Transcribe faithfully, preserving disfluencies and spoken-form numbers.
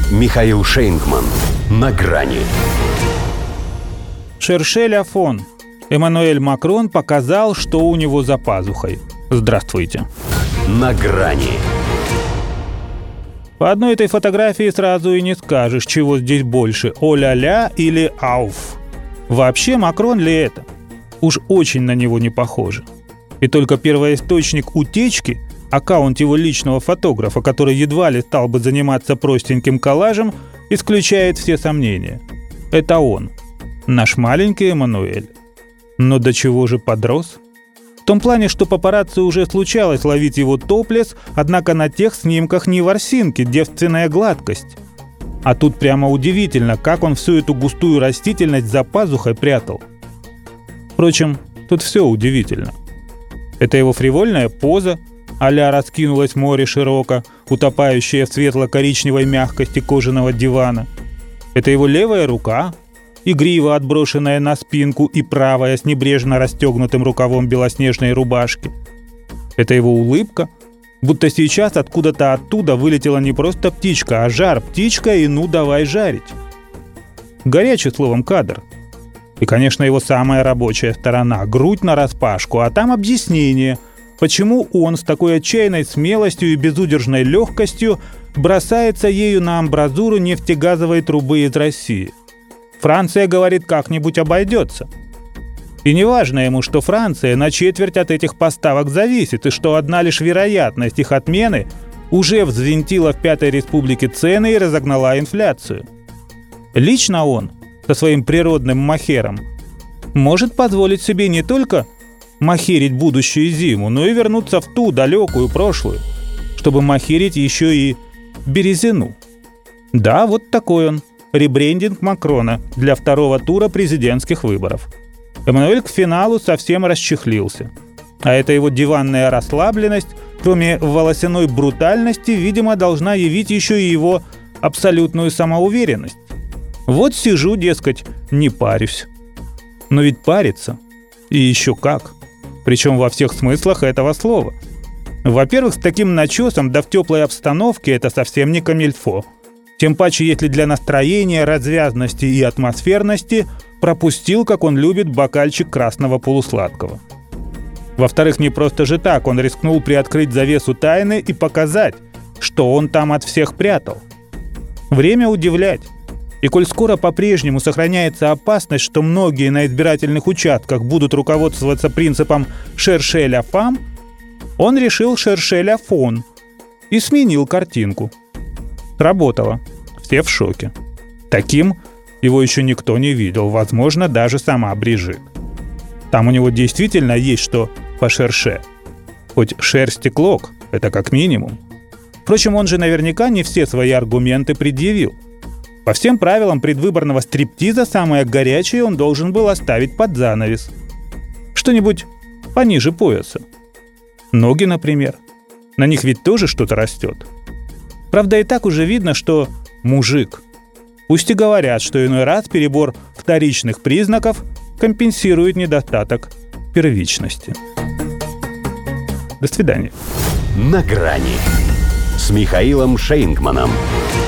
Михаил Шейнгман. На грани. Шершель Афон. Эммануэль Макрон показал, что у него за пазухой. Здравствуйте. На грани. По одной этой фотографии сразу и не скажешь, чего здесь больше – о-ля-ля или ауф. Вообще, Макрон ли это? Уж очень на него не похоже. И только первоисточник утечки – аккаунт его личного фотографа, который едва ли стал бы заниматься простеньким коллажем, исключает все сомнения. Это он, наш маленький Эммануэль. Но до чего же подрос? В том плане, что папарацци уже случалось ловить его топлес, однако на тех снимках не ворсинки, девственная гладкость. А тут прямо удивительно, как он всю эту густую растительность за пазухой прятал. Впрочем, тут все удивительно. Это его фривольная поза, а-ля раскинулось море широко, утопающее в светло-коричневой мягкости кожаного дивана. Это его левая рука, игриво отброшенная на спинку, и правая с небрежно расстегнутым рукавом белоснежной рубашки. Это его улыбка, будто сейчас откуда-то оттуда вылетела не просто птичка, а жар птичка, и ну давай жарить. Горячий, словом, кадр. И, конечно, его самая рабочая сторона – грудь нараспашку, а там объяснение – почему он с такой отчаянной смелостью и безудержной легкостью бросается ею на амбразуру нефтегазовой трубы из России. Франция, говорит, как-нибудь обойдется. И не важно ему, что Франция на четверть от этих поставок зависит, и что одна лишь вероятность их отмены уже взвинтила в Пятой Республике цены и разогнала инфляцию. Лично он, со своим природным махером, может позволить себе не только махерить будущую зиму, но и вернуться в ту далекую прошлую, чтобы махерить еще и Березину. Да, вот такой он, ребрендинг Макрона для второго тура президентских выборов. Эммануэль к финалу совсем расчехлился. А эта его диванная расслабленность, кроме волосяной брутальности, видимо, должна явить еще и его абсолютную самоуверенность. Вот сижу, дескать, не парюсь. Но ведь париться. И еще как. Причем во всех смыслах этого слова. Во-первых, с таким начесом, да в теплой обстановке, это совсем не камильфо. Тем паче, если для настроения, развязности и атмосферности пропустил, как он любит, бокальчик красного полусладкого. Во-вторых, не просто же так он рискнул приоткрыть завесу тайны и показать, что он там от всех прятал. Время удивлять. И коль скоро по-прежнему сохраняется опасность, что многие на избирательных участках будут руководствоваться принципом «шершель афам», он решил «шершель афон» и сменил картинку. Сработало. Все в шоке. Таким его еще никто не видел, возможно, даже сама Брижит. Там у него действительно есть что по шерше. Хоть шерсти клок, это как минимум. Впрочем, он же наверняка не все свои аргументы предъявил. По всем правилам предвыборного стриптиза самое горячее он должен был оставить под занавес. Что-нибудь пониже пояса. Ноги, например. На них ведь тоже что-то растет. Правда, и так уже видно, что мужик. Пусть и говорят, что иной раз перебор вторичных признаков компенсирует недостаток первичности. До свидания. На грани с Михаилом Шейнгманом.